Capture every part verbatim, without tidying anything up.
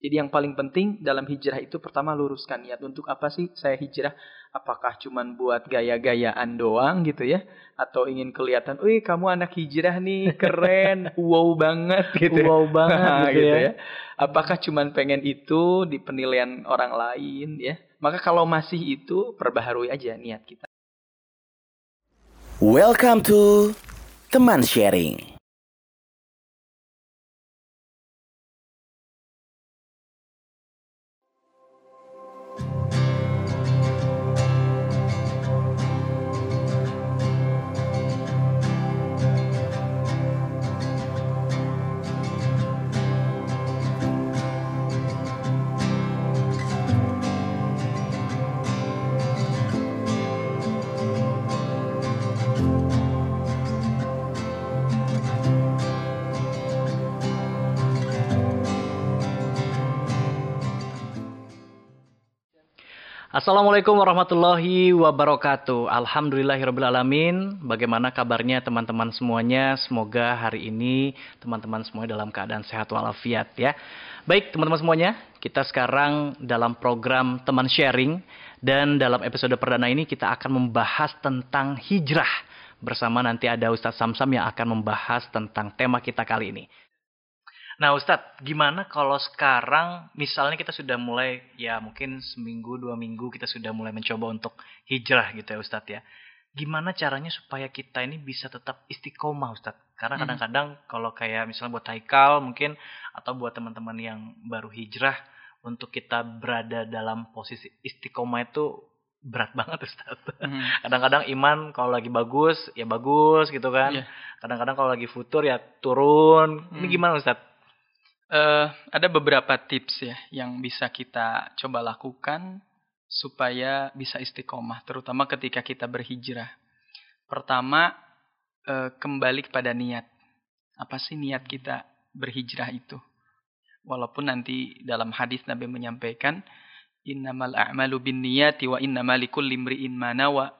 Jadi yang paling penting dalam hijrah itu pertama luruskan niat. Untuk apa sih saya hijrah? Apakah cuman buat gaya-gayaan doang gitu ya? Atau ingin kelihatan, wih kamu anak hijrah nih, keren, wow banget gitu ya. Wow banget gitu, gitu ya. ya. Apakah cuman pengen itu di penilaian orang lain ya? Maka kalau masih itu, perbaharui aja niat kita. Welcome to Teman Sharing. Assalamualaikum warahmatullahi wabarakatuh. Alhamdulillahirrabbilalamin. Bagaimana kabarnya teman-teman semuanya? Semoga hari ini teman-teman semuanya dalam keadaan sehat walafiat ya. Baik teman-teman semuanya, kita sekarang dalam program Teman Sharing. Dan dalam episode perdana ini kita akan membahas tentang hijrah. Bersama nanti ada Ustadz Samsam yang akan membahas tentang tema kita kali ini. Nah Ustadz, gimana kalau sekarang misalnya kita sudah mulai, ya mungkin seminggu, dua minggu kita sudah mulai mencoba untuk hijrah gitu ya Ustadz ya. Gimana caranya supaya kita ini bisa tetap istiqomah Ustadz? Karena kadang-kadang hmm. kalau kayak misalnya buat Haikal mungkin, atau buat teman-teman yang baru hijrah, untuk kita berada dalam posisi istiqomah itu berat banget Ustadz. Hmm. Kadang-kadang iman kalau lagi bagus, ya bagus gitu kan. Yeah. Kadang-kadang kalau lagi futur ya turun. Ini hmm. gimana Ustadz? Uh, ada beberapa tips ya yang bisa kita coba lakukan supaya bisa istiqomah, terutama ketika kita berhijrah. Pertama, uh, kembali kepada niat. Apa sih niat kita berhijrah itu? Walaupun nanti dalam hadis Nabi menyampaikan, innamal a'malu binniyati wa innamal likulli imri'in ma nawa.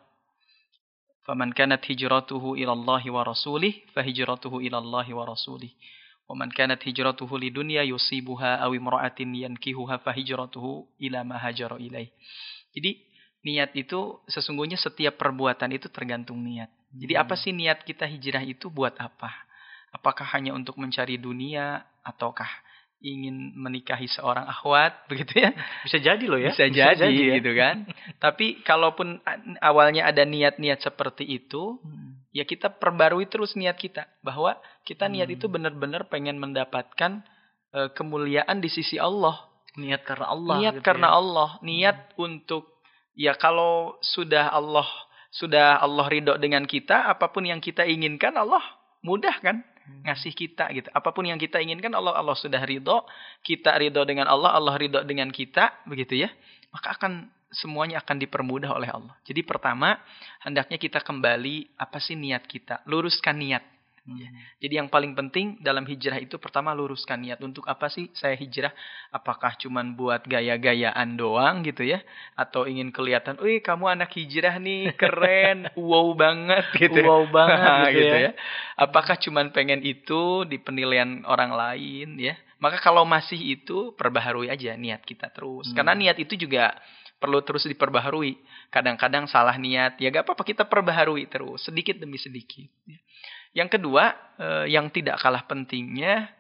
Faman kanat hijratuhu ila Allahi wa rasulih, fa hijratuhu ila Allahi wa rasulih. وَمَنْ كَانَتْ هِجْرَتُهُ لِدُنْيَا يُصِيبُهَا أَوْ امْرَأَةٍ يَنْكِحُهَا فَهِجْرَتُهُ إِلَى مَا هَاجَرَ إِلَيْهِ. Jadi niat itu sesungguhnya setiap perbuatan itu tergantung niat. Jadi apa sih niat kita hijrah itu buat apa? Apakah hanya untuk mencari dunia ataukah ingin menikahi seorang akhwat begitu ya? Bisa jadi loh ya. Bisa, Bisa jadi, jadi ya? Gitu kan. Tapi kalaupun awalnya ada niat-niat seperti itu, hmm. ya kita perbarui terus niat kita. Bahwa kita niat hmm. itu benar-benar pengen mendapatkan uh, kemuliaan di sisi Allah. Niat karena Allah. Niat gitu karena ya? Allah. Niat hmm. untuk, ya kalau sudah Allah sudah Allah ridho dengan kita, apapun yang kita inginkan Allah mudah kan ngasih kita gitu. Apapun yang kita inginkan Allah Allah sudah ridho, kita ridho dengan Allah, Allah ridho dengan kita, begitu ya. Maka akan semuanya akan dipermudah oleh Allah. Jadi pertama, hendaknya kita kembali apa sih niat kita? Luruskan niat. Hmm. Jadi yang paling penting dalam hijrah itu pertama luruskan niat. Untuk apa sih saya hijrah? Apakah cuman buat gaya-gayaan doang gitu ya? Atau ingin kelihatan, wih kamu anak hijrah nih, keren, wow banget gitu. Wow banget gitu, gitu ya. ya. Apakah cuman pengen itu di penilaian orang lain ya? Maka kalau masih itu, perbaharui aja niat kita terus. Hmm. Karena niat itu juga perlu terus diperbaharui. Kadang-kadang salah niat, ya gak apa-apa kita perbaharui terus, sedikit demi sedikit. Yang kedua, eh, yang tidak kalah pentingnya,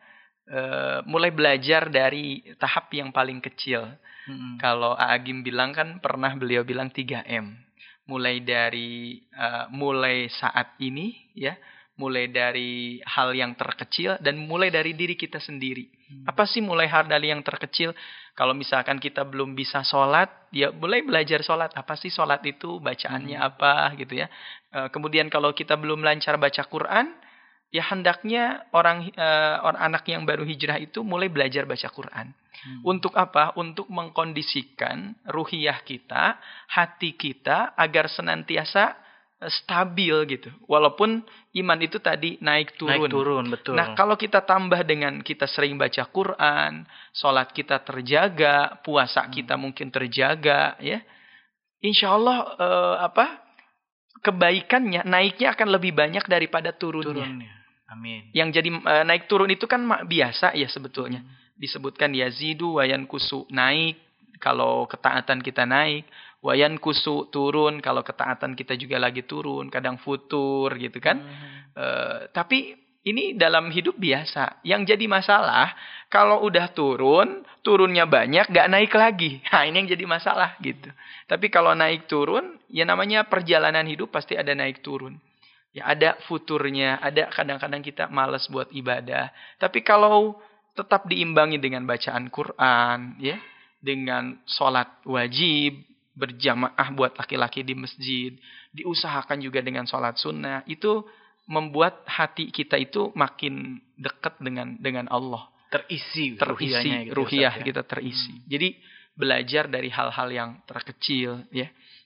eh, mulai belajar dari tahap yang paling kecil. Hmm. Kalau Agim bilang kan, pernah beliau bilang tiga M. Mulai dari, uh, mulai saat ini, ya, mulai dari hal yang terkecil, dan mulai dari diri kita sendiri. Hmm. Apa sih mulai hal dari yang terkecil? Kalau misalkan kita belum bisa sholat, ya mulai belajar sholat. Apa sih sholat itu? Bacaannya hmm. apa gitu ya. E, kemudian kalau kita belum lancar baca Quran, ya hendaknya orang, e, orang anak yang baru hijrah itu mulai belajar baca Quran. Hmm. Untuk apa? Untuk mengkondisikan ruhiyah kita, hati kita agar senantiasa stabil gitu. Walaupun iman itu tadi naik turun. Naik turun, betul. Nah, kalau kita tambah dengan kita sering baca Quran, sholat kita terjaga, puasa hmm. kita mungkin terjaga, ya. Insya Allah eh, apa? Kebaikannya naiknya akan lebih banyak daripada turunnya. Turunnya. Amin. Yang jadi eh, naik turun itu kan biasa ya sebetulnya. Hmm. disebutkan yazidu wayan kusu, naik kalau ketaatan kita naik, wayan kusu turun kalau ketaatan kita juga lagi turun, kadang futur gitu kan. Hmm. Uh, tapi ini dalam hidup biasa. Yang jadi masalah kalau udah turun, turunnya banyak, gak naik lagi. Nah ini yang jadi masalah gitu. Tapi kalau naik turun, ya namanya perjalanan hidup pasti ada naik turun. Ya ada futurnya, ada kadang-kadang kita malas buat ibadah. Tapi kalau tetap diimbangi dengan bacaan Quran, ya, dengan sholat wajib, berjamaah buat laki-laki di masjid, diusahakan juga dengan sholat sunnah, itu membuat hati kita itu makin dekat dengan dengan Allah. Terisi, terisi gitu, ruhiyah ya? Kita terisi. Hmm. Jadi belajar dari hal-hal yang terkecil, ya,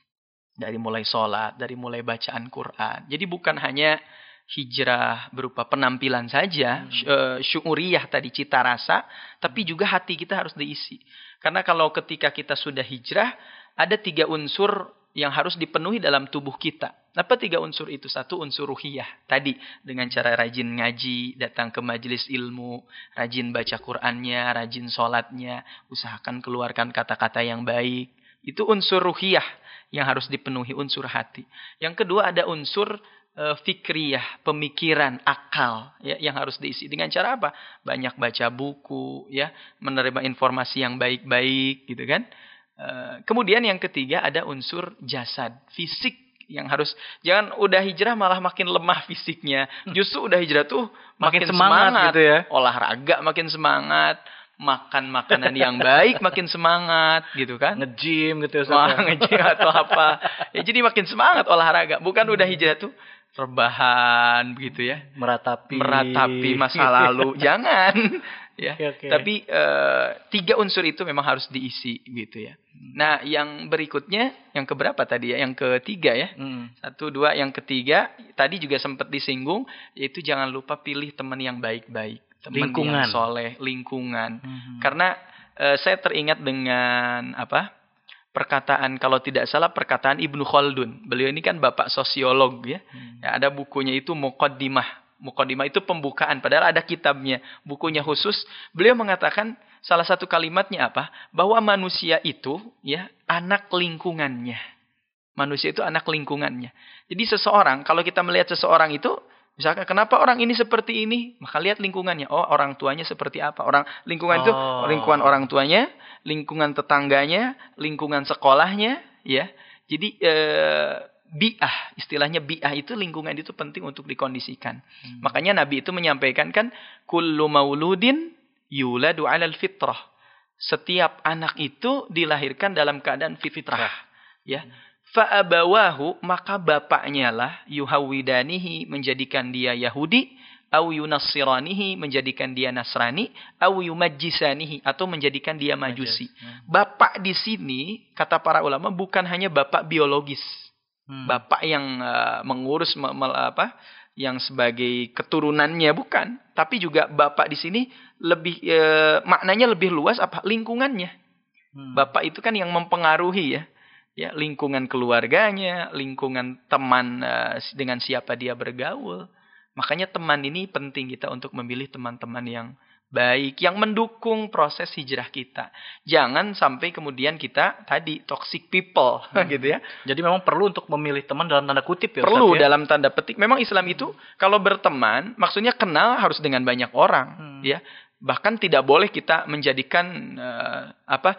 dari mulai sholat, dari mulai bacaan Quran. Jadi bukan hanya hijrah berupa penampilan saja, hmm. syu'uriyah tadi, cita rasa, tapi juga hati kita harus diisi. Karena kalau ketika kita sudah hijrah, ada tiga unsur yang harus dipenuhi dalam tubuh kita. Apa tiga unsur itu? Satu, unsur ruhiyah. Tadi, dengan cara rajin ngaji, datang ke majelis ilmu, rajin baca Qur'annya, rajin sholatnya, usahakan keluarkan kata-kata yang baik. Itu unsur ruhiyah yang harus dipenuhi, unsur hati. Yang kedua, ada unsur uh, fikriyah, pemikiran, akal, ya, yang harus diisi. Dengan cara apa? Banyak baca buku, ya, menerima informasi yang baik-baik, gitu kan. Uh, kemudian yang ketiga ada unsur jasad, fisik yang harus, jangan udah hijrah malah makin lemah fisiknya. Justru udah hijrah tuh makin, makin semangat, semangat gitu ya. Olahraga makin semangat, makan makanan yang baik makin semangat gitu kan. Nge-gym gitu ya. Wah, nge-gym atau apa. Ya jadi makin semangat olahraga. Bukan udah hijrah tuh rebahan begitu ya. Meratapi. Meratapi masa lalu. Jangan. Ya, okay. Tapi uh, tiga unsur itu memang harus diisi gitu ya. Nah, yang berikutnya, yang keberapa tadi ya? Yang ketiga ya. Hmm. Satu, dua, yang ketiga tadi juga sempat disinggung, yaitu jangan lupa pilih teman yang baik-baik, teman yang soleh, lingkungan. Hmm. Karena uh, saya teringat dengan apa? Perkataan, kalau tidak salah perkataan Ibnu Khaldun. Beliau ini kan bapak sosiolog ya. Hmm. Ya, ada bukunya itu Muqaddimah. Muqaddimah itu pembukaan, padahal ada kitabnya, bukunya khusus. Beliau mengatakan salah satu kalimatnya apa? Bahwa manusia itu ya anak lingkungannya. Manusia itu anak lingkungannya. Jadi seseorang, kalau kita melihat seseorang itu, misalkan kenapa orang ini seperti ini, maka lihat lingkungannya. Oh, orang tuanya seperti apa? Orang lingkungan oh. itu lingkungan orang tuanya, lingkungan tetangganya, lingkungan sekolahnya, ya. Jadi eh, bi'ah, istilahnya bi'ah itu lingkungan itu penting untuk dikondisikan. Hmm. Makanya Nabi itu menyampaikan kan, kullu mauludin yuladu 'alal fitrah. Setiap anak itu dilahirkan dalam keadaan fitrah. Ya. Fa abawahu, maka bapaknya lah yuhawidanihi, menjadikan dia Yahudi, au yunassiranihi, menjadikan dia Nasrani, au yumajjisanihi, atau menjadikan dia Majusi. Bapak di sini kata para ulama bukan hanya bapak biologis. Hmm. Bapak yang uh, mengurus me, me, apa yang sebagai keturunannya bukan, tapi juga bapak di sini lebih uh, maknanya lebih luas apa lingkungannya. Hmm. Bapak itu kan yang mempengaruhi ya. Ya, lingkungan keluarganya, lingkungan teman uh, dengan siapa dia bergaul. Makanya teman ini penting kita untuk memilih teman-teman yang baik, yang mendukung proses hijrah kita. Jangan sampai kemudian kita tadi toxic people, hmm. gitu ya. Jadi memang perlu untuk memilih teman dalam tanda kutip ya. Perlu Ustaz, ya? Dalam tanda petik. Memang Islam itu kalau berteman, maksudnya kenal harus dengan banyak orang, hmm. ya. Bahkan tidak boleh kita menjadikan uh, apa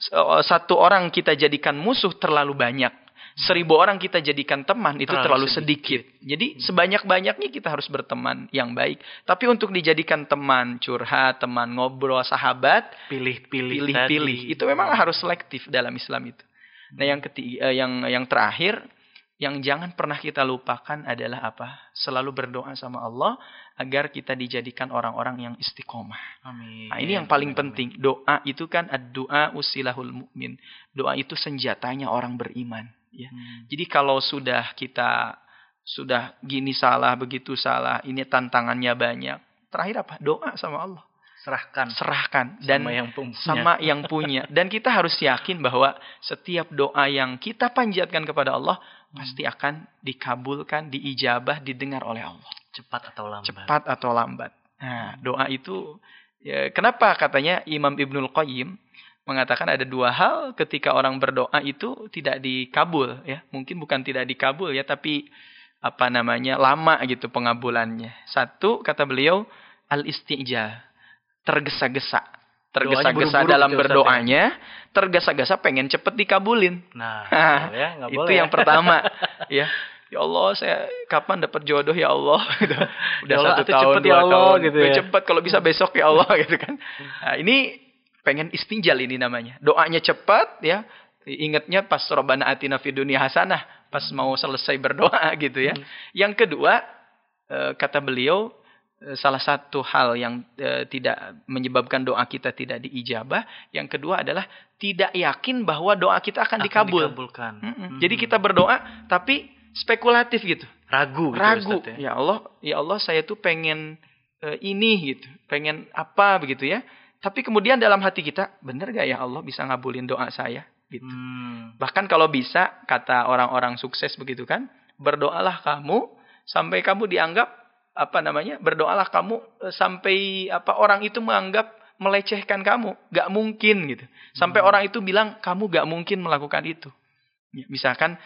satu orang kita jadikan musuh terlalu banyak. Seribu orang kita jadikan teman itu terlalu, terlalu sedikit. sedikit. Jadi sebanyak-banyaknya kita harus berteman yang baik. Tapi untuk dijadikan teman curhat, teman ngobrol, sahabat, pilih-pilih, pilih-pilih. Itu memang harus selektif dalam Islam itu. Nah yang ketiga, yang yang terakhir, yang jangan pernah kita lupakan adalah apa? Selalu berdoa sama Allah agar kita dijadikan orang-orang yang istiqomah. Amin. Nah, ini yang paling amin, penting. Amin. Doa itu kan ad-du'a usilahul mu'min. Doa itu senjatanya orang beriman. Ya. Hmm. Jadi kalau sudah kita sudah gini salah, begitu salah, ini tantangannya banyak. Terakhir apa? Doa sama Allah. Serahkan. Serahkan. Dan sama yang punya. Sama yang punya. Dan kita harus yakin bahwa setiap doa yang kita panjatkan kepada Allah, hmm. pasti akan dikabulkan, diijabah, didengar oleh Allah. Cepat atau lambat. Cepat atau lambat. Nah, doa itu Ya, kenapa katanya Imam Ibnul Qayyim mengatakan ada dua hal ketika orang berdoa itu tidak dikabul ya. Mungkin bukan tidak dikabul ya, tapi apa namanya? lama gitu pengabulannya. Satu kata beliau al-istijal, tergesa-gesa. Tergesa-gesa dalam gitu, berdoanya, ya? tergesa-gesa pengen cepet dikabulin. Nah, ya, nggak itu boleh yang ya. pertama ya. Ya Allah, saya kapan dapat jodoh ya Allah? Gitu. Udah ya Allah, satu tahun, dua ya Allah, tahun, gitu ya. Cepet kalau bisa besok ya Allah, gitu kan. Nah, ini pengen istinjal ini namanya. Doanya cepat ya. Ingatnya pas Rabbana atina fid dunya hasanah, pas mau selesai berdoa gitu ya. Hmm. Yang kedua, kata beliau, salah satu hal yang tidak menyebabkan doa kita tidak diijabah, yang kedua adalah tidak yakin bahwa doa kita akan, akan dikabul. Dikabulkan. Hmm. Jadi kita berdoa tapi spekulatif gitu. Ragu gitu. Ragu. Ustaz, ya? ya Allah, ya Allah saya tuh pengen uh, ini gitu. Pengen apa begitu ya. Tapi kemudian dalam hati kita, benar gak ya Allah bisa ngabulin doa saya gitu. Hmm. Bahkan kalau bisa, kata orang-orang sukses begitu kan, berdoalah kamu sampai kamu dianggap apa namanya? Berdoalah kamu uh, sampai apa orang itu menganggap melecehkan kamu. Gak mungkin gitu. Sampai hmm. orang itu bilang kamu gak mungkin melakukan itu. Ya, misalkan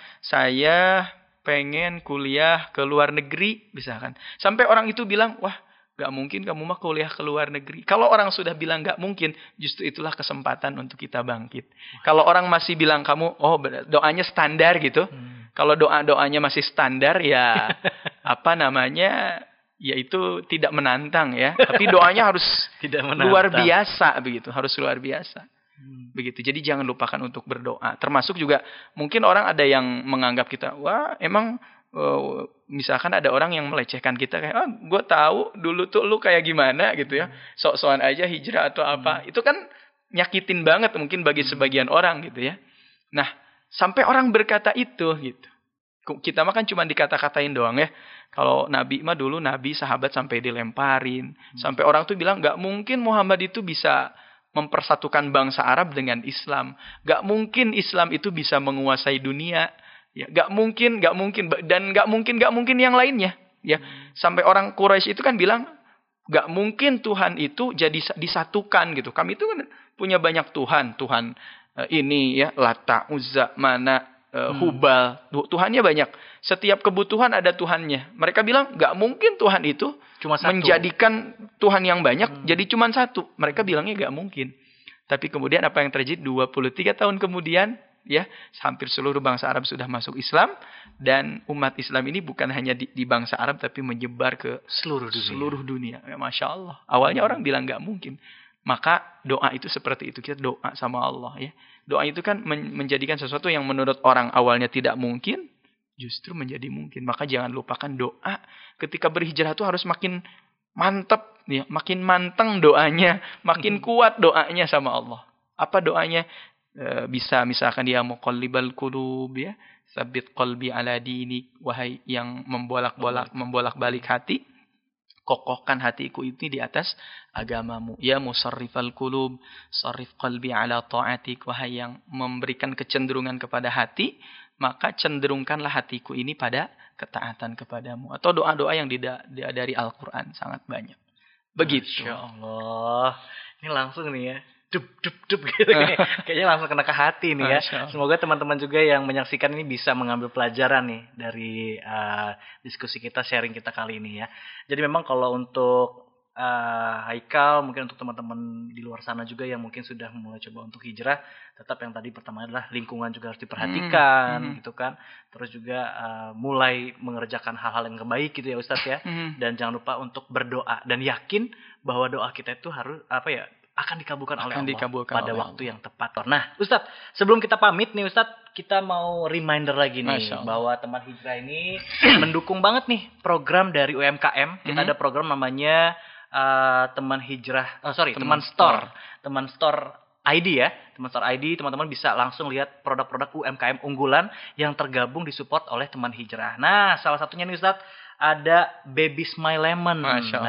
saya pengen kuliah ke luar negeri, misalkan. Sampai orang itu bilang, wah, gak mungkin kamu mah kuliah ke luar negeri. Kalau orang sudah bilang gak mungkin, justru itulah kesempatan untuk kita bangkit. Kalau orang masih bilang kamu, oh doanya standar gitu. Hmm. Kalau doa-doanya masih standar, ya apa namanya, ya itu tidak menantang ya. Tapi doanya harus tidak luar biasa begitu, harus luar biasa. Begitu. Jadi jangan lupakan untuk berdoa. Termasuk juga mungkin orang ada yang menganggap kita, wah emang uh, misalkan ada orang yang melecehkan kita kayak, ah gue tahu dulu tuh lu kayak gimana gitu ya, sok-sokan aja hijrah atau apa. Hmm. Itu kan nyakitin banget mungkin bagi sebagian orang gitu ya. Nah sampai orang berkata itu gitu. Kita mah kan cuma dikata-katain doang ya. Kalau Nabi mah dulu Nabi sahabat sampai dilemparin, hmm. sampai orang tuh bilang nggak mungkin Muhammad itu bisa mempersatukan bangsa Arab dengan Islam. Gak mungkin Islam itu bisa menguasai dunia. Ya, gak mungkin, gak mungkin. Dan gak mungkin, gak mungkin yang lainnya. Ya, sampai orang Quraisy itu kan bilang, gak mungkin Tuhan itu jadi disatukan gitu. Kami itu kan punya banyak Tuhan. Tuhan uh, ini ya, Lata, Uzza, Mana, uh, Hubal. Tuhannya banyak. Setiap kebutuhan ada Tuhannya. Mereka bilang, gak mungkin Tuhan itu cuma satu. Menjadikan Tuhan yang banyak hmm. jadi cuma satu. Mereka bilangnya gak mungkin. Tapi kemudian apa yang terjadi? dua puluh tiga tahun kemudian, ya hampir seluruh bangsa Arab sudah masuk Islam. Dan umat Islam ini bukan hanya di, di bangsa Arab, tapi menyebar ke seluruh dunia. Seluruh dunia. Ya, Masya Allah. Awalnya hmm. orang bilang gak mungkin. Maka doa itu seperti itu. Kita doa sama Allah. Ya. Doa itu kan men- menjadikan sesuatu yang menurut orang awalnya tidak mungkin, justru menjadi mungkin. Maka jangan lupakan doa. Ketika berhijrah itu harus makin mantap, ya, makin manteng doanya, makin kuat doanya sama Allah. Apa doanya? E, bisa misalkan dia muqallibal qulub ya, sabit qalbi ala dinik, wahai yang membolak-bolak membolak-balik hati, kokohkan hatiku ini di atas agamamu. Ya musarrifal qulub, sarrif qalbi ala ta'atik, wahai yang memberikan kecenderungan kepada hati, maka cenderungkanlah hatiku ini pada ketaatan kepadamu. Atau doa-doa yang dida- dari Al-Quran sangat banyak. Begitu. Masya Allah. Ini langsung nih ya. Dup, dup, dup gitu. Kayaknya langsung kena ke hati nih ya. Semoga teman-teman juga yang menyaksikan ini bisa mengambil pelajaran nih dari uh, diskusi kita, sharing kita kali ini ya. Jadi memang kalau untuk Uh, Haikal, mungkin untuk teman-teman di luar sana juga yang mungkin sudah mulai coba untuk hijrah, tetap yang tadi pertama adalah lingkungan juga harus diperhatikan, hmm. gitu kan. Terus juga uh, mulai mengerjakan hal-hal yang baik gitu ya Ustadz ya. Hmm. Dan jangan lupa untuk berdoa dan yakin bahwa doa kita itu harus apa ya akan dikabulkan akan oleh Allah dikabulkan pada oleh waktu Allah. yang tepat. Nah, Ustadz, sebelum kita pamit nih Ustadz, kita mau reminder lagi nih bahwa teman hijrah ini mendukung banget nih program dari U M K M. Kita hmm. ada program namanya Uh, teman hijrah, oh sorry, teman, teman store, store. teman store I D ya, teman store I D, teman-teman bisa langsung lihat produk-produk U M K M unggulan yang tergabung disupport oleh teman hijrah. Nah, salah satunya nih Ustadz, ada Baby Smile Lemon.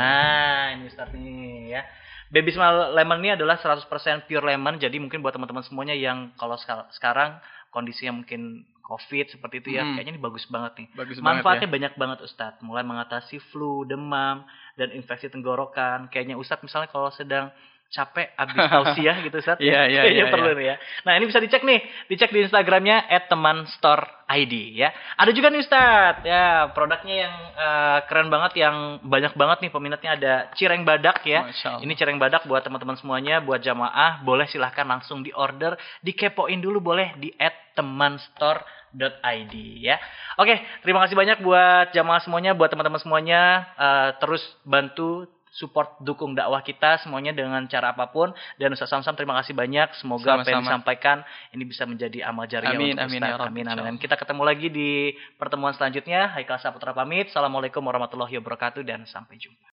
Nah, ini Ustadz nih ya. Baby Smile Lemon ini adalah seratus persen pure lemon, jadi mungkin buat teman-teman semuanya yang kalau sekarang kondisinya mungkin COVID seperti itu ya. Hmm. Kayaknya ini bagus banget nih. Bagus Manfaatnya banget banyak banget Ustadz. Mulai mengatasi flu, demam, dan infeksi tenggorokan. Kayaknya Ustadz misalnya kalau sedang capek abis tausiah gitu Ustadz. Iya, iya, Kayaknya iya, perlu iya. nih ya. Nah ini bisa dicek nih. Dicek di Instagramnya at teman store I D ya. Ada juga nih Ustadz. Ya produknya yang eh, keren banget. Yang banyak banget nih peminatnya. Ada cireng badak ya. Masya Allah. Ini cireng badak buat teman-teman semuanya. Buat jamaah. Boleh silahkan langsung di order. Dikepoin dulu boleh di at temanstore dot I D ya. Oke, terima kasih banyak buat jamaah semuanya, buat teman-teman semuanya. Eh, terus bantu support dukung dakwah kita semuanya dengan cara apapun. Dan Ustaz Samsam terima kasih banyak. Semoga apa yang Sama-sama. disampaikan ini bisa menjadi amal jariah Amin, untuk amin, Ustaz. ya Rabb, Amin, amin, insyaallah. amin. Kita ketemu lagi di pertemuan selanjutnya. Haikal Saputra pamit. Assalamualaikum warahmatullahi wabarakatuh dan sampai jumpa.